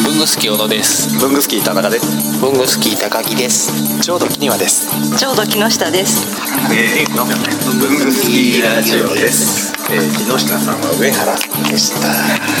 文具スキー小野です。 文具スキー田中です。 文具スキー高木です。 ちょうど木庭です。 ちょうど木下です。 文具スキーラジオです。木下さんは上原さんでした。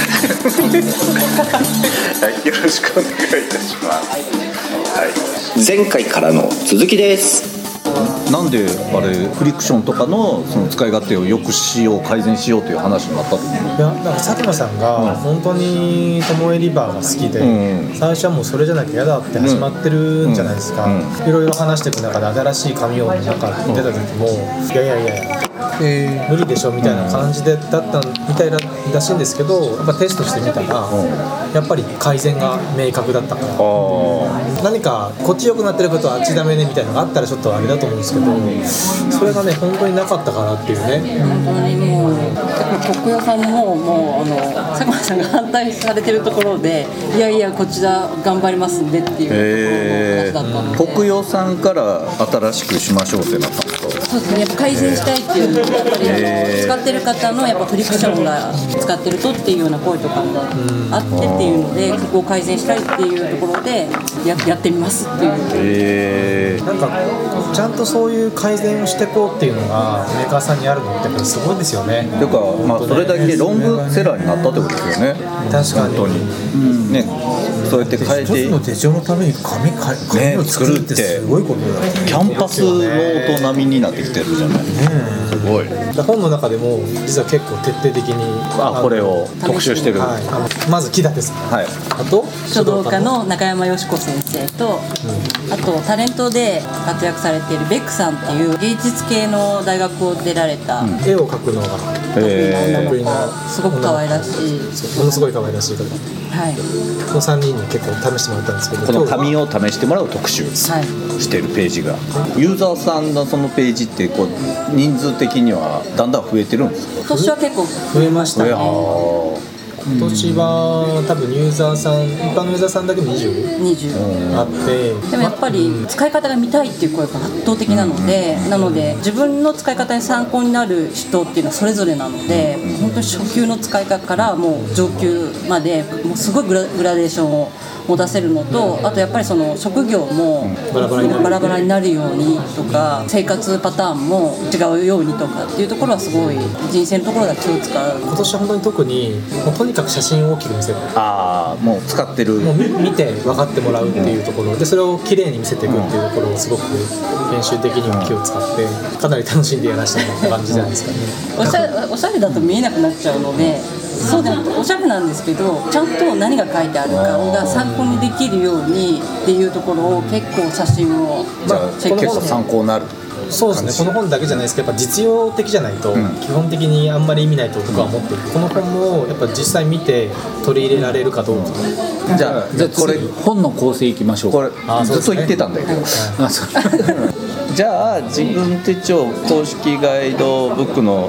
はい、よろしくお願いいたします。はい、 前回からの続きです。 なんであれフリクションとかのその使い勝手を良くしよう改善しようという話になったと思う。 いや、なんか佐久間さんが本当にトモエリバーが好きで、最初はもうそれじゃなきゃ嫌だって始まってるんじゃないですか。いろいろ話していく中で新しい紙をなんか出た時も、いや無理でしょみたいな感じでだったみたいらしいんですけど、やっぱテストしてみたら、やっぱり改善が明確だったから、何かこっち良くなってることはあっちダメねみたいなのがあったらちょっとあれだと思うんですけど、それがね本当になかったからっていうね。 本当にもう徳代さんも佐久間さんが反対されてるところで、いやいやこちら頑張りますんでっていうところの話だったので、 徳代さんから新しくしましょうってなったんですか。 そうですね、やっぱ改善したいっていうのやっぱり使ってる方のやっぱフリクションが使ってるとっていうような声とかもあってっていうので、そこを改善したいっていうところでやってみますっていう、 なんかちゃんとそういう改善をしていこうっていうのがメーカーさんにあるのってやっぱりすごいですよね。 というか、それだけロングセラーになったってことですよね。 確かに本当に、ね、そうやって変えて一つの手帳のために紙を作るってすごいことだよね。 キャンパスノート並みになってきてるじゃない。すごい。 本の中でも実は結構徹底的にこれを特集してる。 まず木立さん、あと書道家の中山よし子先生と、あとタレントで活躍されているベックさんっていう芸術系の大学を出られた、 絵を描くのが得意な、 すごく可愛らしい、 ものすごい可愛らしい方、 はい、 この3人に結構試してもらったんですけど、 この紙を試してもらう特集してるページが、ユーザーさんのそのページってこう人数的にはだんだん増えてるんですか。 今年は結構増えましたね。今年は多分ユーザーさん、一般のユーザーさんだけで20あって、 でもやっぱり使い方が見たいっていう声が圧倒的なので、自分の使い方に参考になる人っていうのはそれぞれなので、本当に初級の使い方からもう上級までもうすごいグラデーションを持たせるのと、あとやっぱりその職業もバラバラになるようにとか、生活パターンも違うようにとかっていうところはすごい人生のところでは気を使う。 今年は本当に特にもうとにかく写真を大きく見せる、 もう使ってる、 もう見て分かってもらうっていうところで、それを綺麗に見せていくっていうところをすごく編集的にも気を使ってかなり楽しんでやらせてもらった感じじゃないですかね。 おしゃれだと見えなくなっちゃうので、そうでなくておしゃれなんですけど、ちゃんと何が書いてあるかが参考にできるようにっていうところを結構写真をチェックして、 結構参考になる。 そうですね、この本だけじゃないですけど、やっぱ実用的じゃないと基本的にあんまり意味ないと僕は思っている。この本もやっぱ実際見て取り入れられるかどうか。 じゃあこれ本の構成いきましょう。 これずっと言ってたんだけど、じゃあ自分手帳公式ガイドブックの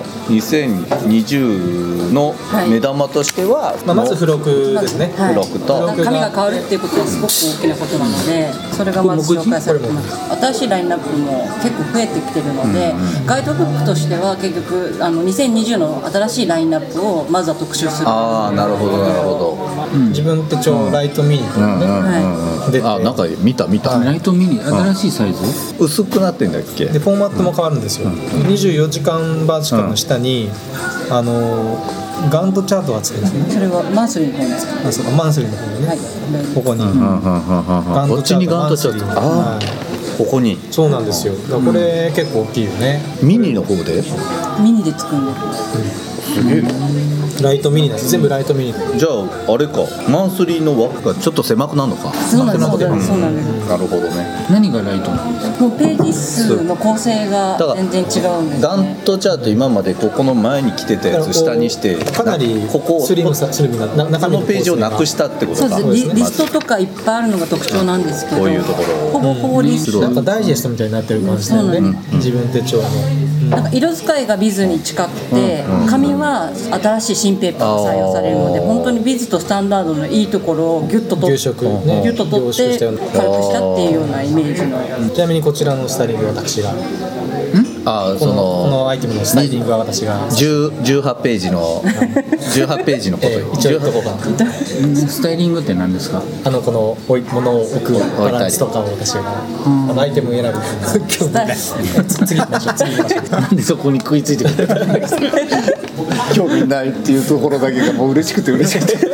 2020の目玉としては、 まず付録ですね。 付録と紙が変わるっていうことはすごく大きなことなので、それがまず紹介されてます。新しいラインナップも結構増えてきてるので、ガイドブックとしては結局2020の新しいラインナップをまずは特集する。 なるほどなるほど。 自分手帳ライトミニとかね、 なんか見たライトミニ新しいサイズ薄くなってんだっけ。 でフォーマットも変わるんですよ。24時間バーチカルの下にガントチャートがつくんですね。 それはマンスリーの方ですか。 マンスリーの方でね、ここにどっちにガントチャート、ここに。そうなんですよ。 だからこれ結構大きいよね。 ミニの方でミニで作るの。 すげえ。 ライトミニなんです。全部ライトミニ。 じゃああれか、マンスリーの枠がちょっと狭くなるのか。 そうなんです。 なるほどね。 何がライトなんですか。 もうページ数の構成が全然違うんです。 ガントチャート今までここの前に来てたやつ下にしてかなりスリムな中身のページをなくしたってことか。 そうです。リストとかいっぱいあるのが特徴なんですけど、 こういうところほぼリスト。 なんかダイジェストみたいになってる感じだよね。自分手帳の。 なんか色使いがビズに近くて、紙は新しい新ペーパーが採用されるので、本当にビズとスタンダードのいいところをギュッと取って軽くしたっていうようなイメージの。 ちなみにこちらのスタイリングは私がこのアイテムのスタイリングは私が 18ページの18ページのこと一応言っとこうかな。 スタイリングって何ですか？ この物を置くバランスとかを私がアイテム選ぶ興味ない。次行きましょう。 なんでそこに食いついてくる興味ないっていうところだけがもう嬉しくて嬉しくて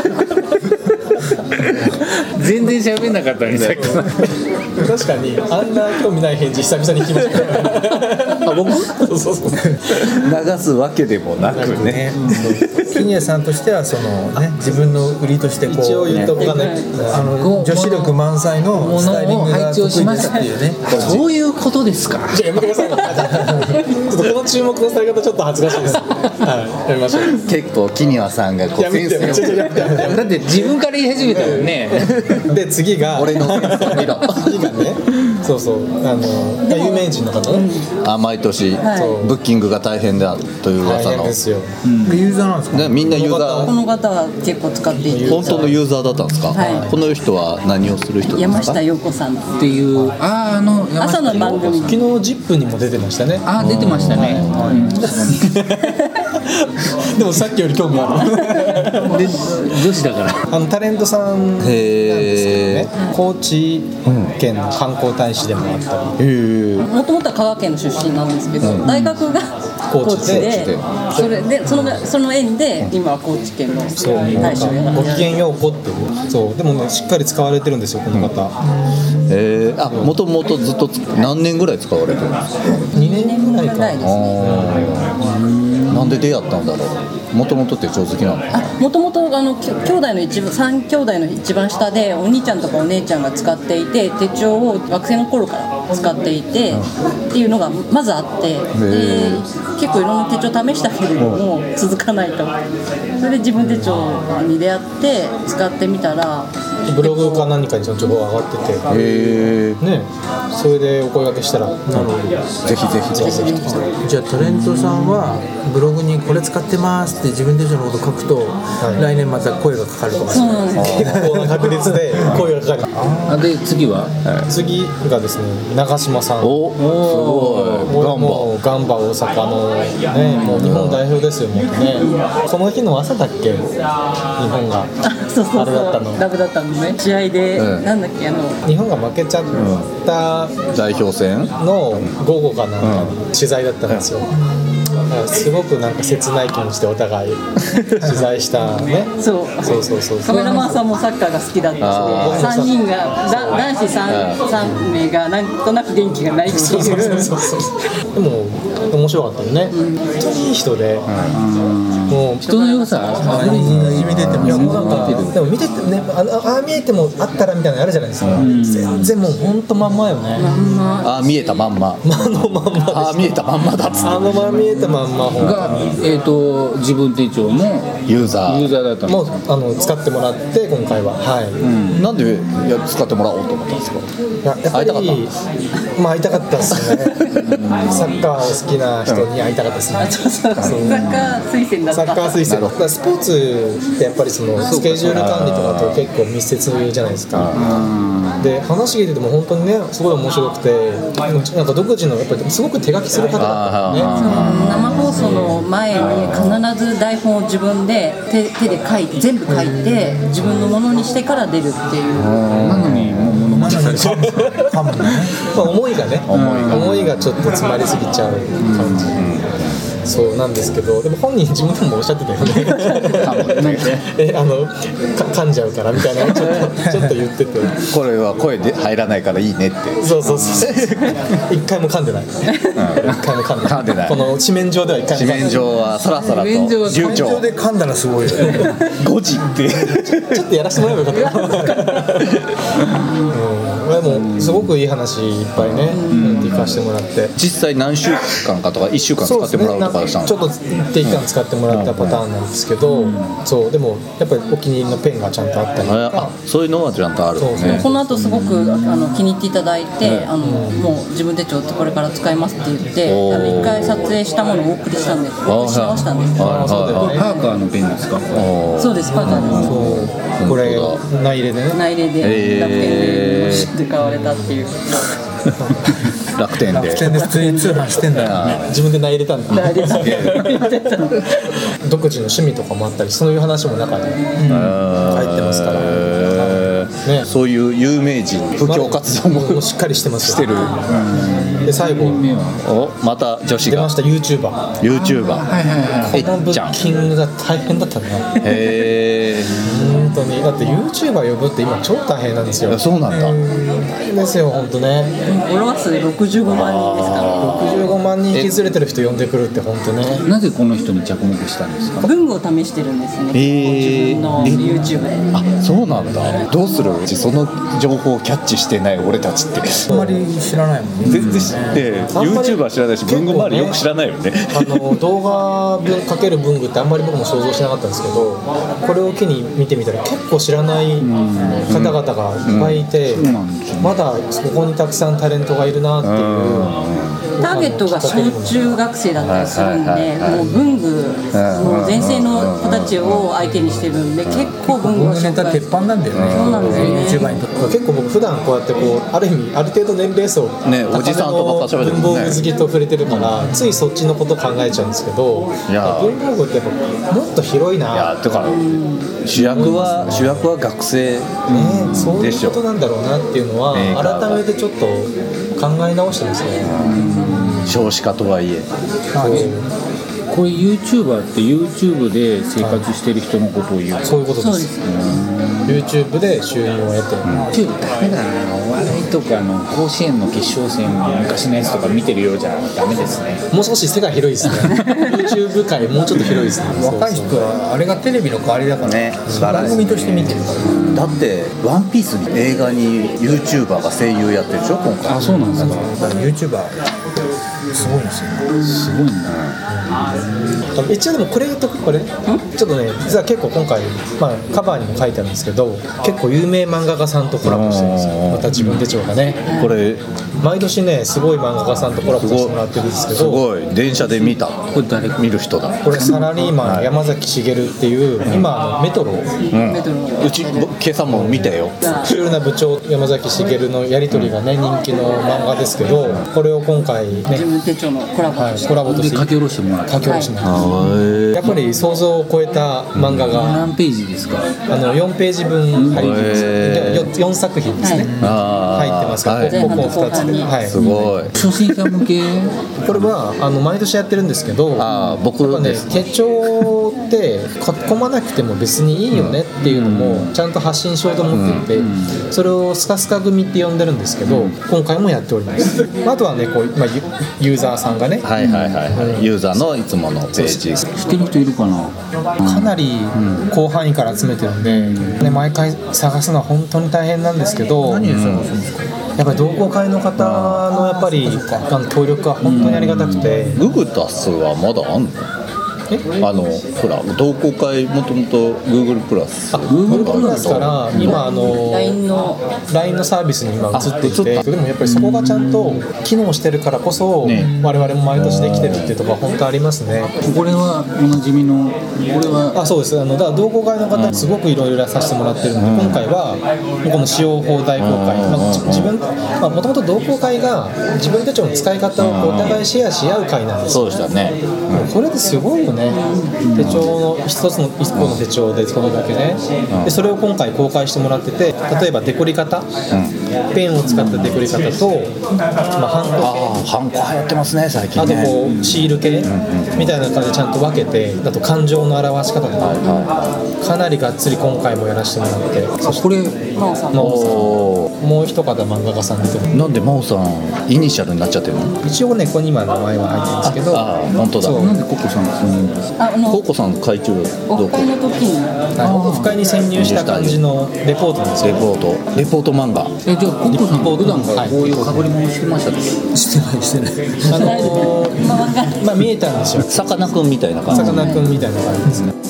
全然喋んなかったのにさっきから確かにあんな興味ない返事久々に聞きましたあ、僕？ そう流すわけでもなくね。 キニエさんとしてはその、ね、自分の売りとしてこう一応言っとかね、 女子力満載のスタイリングが得意だっていうね。 そういうことですか？ じゃあやめてくださいちょっとこの注目のされ方ちょっと恥ずかしいですはい、やめましょう。 結構キニワさんがこうやめてセンスよやめてだって自分から言い始めたもんねで次が俺のセンスを見ろ次がね、そうそう有名人の方ね、 毎年はいブッキングが大変だという大噂の変ですよ。 ユーザーなんですか？ ね、みんなユーこザの方は結構使っていて本当のユーザーだったんですか？ はいこの人は何をする人ですか？ 山下陽子さんっていう朝の番組昨日ZIPにも出てましたね。 出てましたね、 でもさっきより興味あるで女子だからタレントさんなんですけどね、高知県の観光大使でもあったり、 もともとは香川県の出身なんですけど、大学が高知でそれでその縁で今は高知県の大使をやらごれて機嫌ようこっていう、そうでもねしっかり使われてるんですよこの方。 もともとずっと何年ぐらい使われてるんですか 2年ぐらいか。 ですね。 なんで出会ったんだろう。もともと手帳好きなの？ もともと兄弟の3兄弟の一番下でお兄ちゃんとかお姉ちゃんが使っていて手帳を学生の頃から使っていてっていうのがまずあって、で結構いろんな手帳試したけれども続かないと、それで自分手帳に出会って使ってみたらブログか何かにその情報が上がってて、ね、それでお声掛けしたら、なるほど、 ぜひぜひぜひ。 じゃあタレントさんはブログにこれ使ってますって自分手帳のこと書くと、来年また声がかかるかもしれない。 結構な確率で声がかかる。 で次は、 次がですね、長嶋さん。 お、すごい。 もうガンバ大阪のね、もう日本代表ですよ、もうね。この日の朝だっけ、日本がそうあれだったの。 ラブだったのね、試合で、なんだっけ日本が負けちゃった代表戦の午後かなんかに取材だったんですよ。すごくなんか切ない気持ちでお互い取材したね。そうカメラマンさんもサッカーが好きだったし、3人が男子 3名がなんとなく元気がないっていうでも面白かったよね。本当にいい人で、もう人の良さ見ててもでも見ててね、ああ見えてもあったらみたいなのあるじゃないですか。全然もう本当まんまよね。 見えたまんま。見えたまんまだっつって。 見えたまんまが自分手帳のユーザーだったもう使ってもらって今回は、 なんで使ってもらおうと思ったんですか？ やっぱり会いたかったですね。サッカーを好きな人に会いたかったですね。 サッカー推薦だった。 サッカー推薦。だからスポーツってやっぱりそのスケジュール管理とかと結構密接じゃないですか。で話聞いてても本当にねすごい面白くて、なんか独自のやっぱりすごく手書きする方だったね。 生放送の前に必ず台本を自分で手で書いて全部書いて自分のものにしてから出るっていう。 なのにもう物まね思いがね、思いがちょっと詰まりすぎちゃう感じ。そうなんですけど、でも本人自分でもおっしゃってたよね。噛んじゃうからみたいなちょっと言ってて、 これは声で入らないからいいねって。 そう一回も噛んでない。一回も噛んでない。この紙面上では一回も噛んでない。 紙面上はさらさらと流暢で噛んだらすごいよね。 5時ってちょっとやらせてもらえばよかった。でもすごくいい話いっぱいね聞かせてもらって、 実際何週間かとか1週間使ってもらうとかしたの？ ちょっと一定期間使ってもらったパターンなんですけど、そうでもやっぱりお気に入りのペンがちゃんとあったりとか、 そういうのはちゃんとあるね。 この後すごく気に入っていただいて、もう自分手帳ってこれから使いますって言って一回撮影したものをお送りしたんでし直したんです。 パーカーのペンですか？ そうです、パーカーです。 これ内入れでね、 内入れで楽天で買われたっていう楽天で普通に通販してんだからね。 自分で名入れたんだ。独自の趣味とかもあったり、そういう話も中に入ってますから、ね、 そういう有名人布教活動もしっかりしてますよ。 してる。 で最後おまた女子が出ました YouTuber。 えっこのブちゃん。 ッキングが大変だったね。 へえ。 本当にだって YouTuber 呼ぶって今超大変なんですよ。 そうなんだ。 大変ですよ本当ね。 フォロワー数65万人ですから 65万人引き連れてる人呼んでくるって本当ね。 なぜこの人に着目したんですか？ 文具を試してるんですね、自分の YouTube で。 あ、そうなんだ。どうする？その情報をキャッチしてない俺たちってあんまり知らないもんね。 全然知って YouTuber 知らないし文具周りよく知らないよね。 動画かける文具ってあんまり僕も想像しなかったんですけど、これを機に見てみたら結構知らない方々がいっぱいいて、まだそこにたくさんタレントがいるなっていう。 ターゲットが小中学生だったりするんで、もう文具の前世の子たちを相手にしてるんで、結構文具をネタ鉄板なんだよね。 そうなんですよね。 YouTuber にとって結構僕普段こうやってこうある意味ある程度年齢層ねおじさんとばっか喋ってるもんね文房具好きと触れてるからついそっちのこと考えちゃうんですけど、 いや文房具ってやっぱもっと広いな。 いやとか主役は学生ね、そういうことなんだろうなっていうのは改めてちょっと考え直してますね。 少子化とはいえ。 これ YouTuber って YouTube で生活してる人のことを言う。 そういうことです。 そうです。 YouTube で収入を得て、 YouTube ダメだな。お笑いとかの甲子園の決勝戦の昔のやつとか見てるようじゃダメですね。 もう少し世界広いですね。YouTube 界もうちょっと広いですね。 若い人はあれがテレビの代わりだからね番組として見てるから。 だってワンピースに映画に YouTuber が声優やってるでしょ今回。 あ、そうなんですか。 だから YouTuber すごいんですよ。 すごいな。 一応でもこれちょっとね実は結構今回、カバーにも書いてあるんですけど結構有名漫画家さんとコラボしてるんですよ。また自分手帳がねこれ毎年ねすごい漫画家さんとコラボさせてもらってるんですけど、 すごい電車で見た。これ誰見る人だ。 これサラリーマン山崎茂っていう今メトロうち今朝も見たよ。 シュールな部長山崎茂のやり取りがね人気の漫画ですけど、これを今回ね自分手帳のコラボとして、 コラボとして書き下ろしてもらった。 書き下ろしました。やっぱり想像を超えた漫画が何ページですか？ 4ページ分入ってます。4作品ですね、入ってますから、ここ2つで、はい、 すごい。 初心者向け。 これは毎年やってるんですけど、 僕やっぱね手帳って書き込まなくても別にいいよねっていうのもちゃんと発信しようと思っていて、それをスカスカ組って呼んでるんですけど、今回もやっております。あとはねこう、ユーザーさんがね、 ユーザーのいつものページ知ってる人いるかな？ かなり広範囲から集めてるんで、毎回探すのは本当に大変なんですけど、 何で探すんですか？ やっぱり同好会の方のやっぱり協力が本当にありがたくて、 ググタスはまだあんの？ほら同好会もともと Google プラス Google プラスから今 LINE のサービスに今移ってきて、でもやっぱりそこがちゃんと機能してるからこそ、我々も毎年できてるっていうところは本当ありますね。 これはおなじみの、これはそうです。だから同好会の方すごくいろいろさせてもらってるので、今回はこの使用法大公開、自分もともと同好会が自分手帳の使い方をお互いシェアし合う会なんですよ。 そうでしたね。 これですごいよね。手帳の一個の手帳でこれだけね、でそれを今回公開してもらってて、例えばデコり方、ペンを使ったデコり方と、 ハンコ流行ってますね最近ね。 あとこうシール系みたいな感じでちゃんと分けて、あと感情の表し方とか、かなりがっつり今回もやらせてもらって、そしてこれ真央さんもう一方漫画家さん出てる。 なんで真央さんイニシャルになっちゃってるの？ 一応ねここに今名前は入ってるんですけど、 本当だ。 なんでココさんココさん会長オフ会の時にオフ会に潜入した感じのレポートなんですよ。 レポート漫画。 じゃあココさん普段からこういうかぶり物してましたっけ？ してない見えたんですよ。 さかなクンみたいな感じ。 さかなクンみたいな感じですね。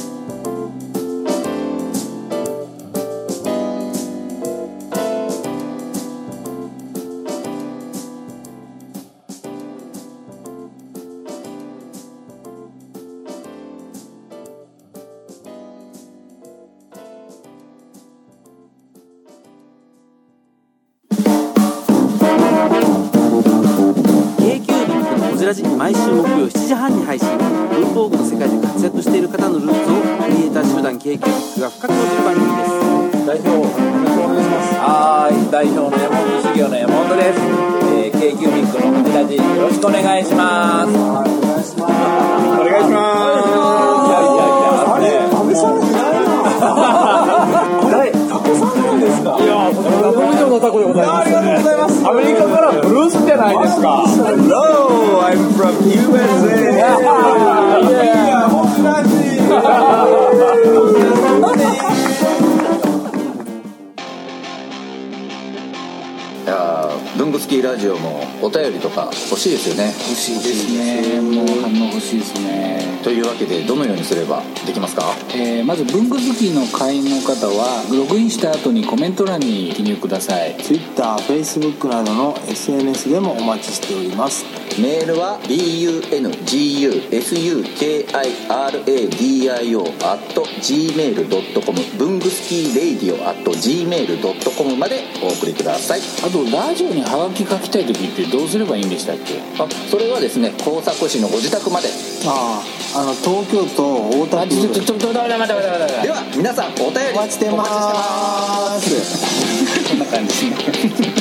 ジラジ毎週木曜7時半に配信。文房具の世界で活躍している方のルーツをクリエイター集団 KQ ビックが深く落ちる番組です。 代表お願いします。はい、代表の山本修行の山本です。KQ ビックのこちらじよろしくお願いします。お願いします。お願いします。あれ、安倍さんいないな。タコさんなんですか。いや、僕以上のタコでございます。ありがとうございます。アメリカからブルースじゃないですか。Hello, I'm from USA. Yeah, 僕らしい。 文具スキーラジオもお便りとか欲しいですよね。 欲しいですね。もう反応欲しいですね。 というわけでどのようにすればできますか？ まず文具好きの会員の方はログインした後にコメント欄に記入ください。 Twitter、Facebook などの SNS でもお待ちしております。 メールは bungusukiradio@gmail.com 文具スキーレイディオ@gmail.com までお送りください。 あとラジオにハガキ書きたい時ってどうすればいいんでしたっけ？ それはですね、工作士のご自宅まで。 東京都大田区。 待て。 では皆さんお便りお待ちしてます。 こんな感じ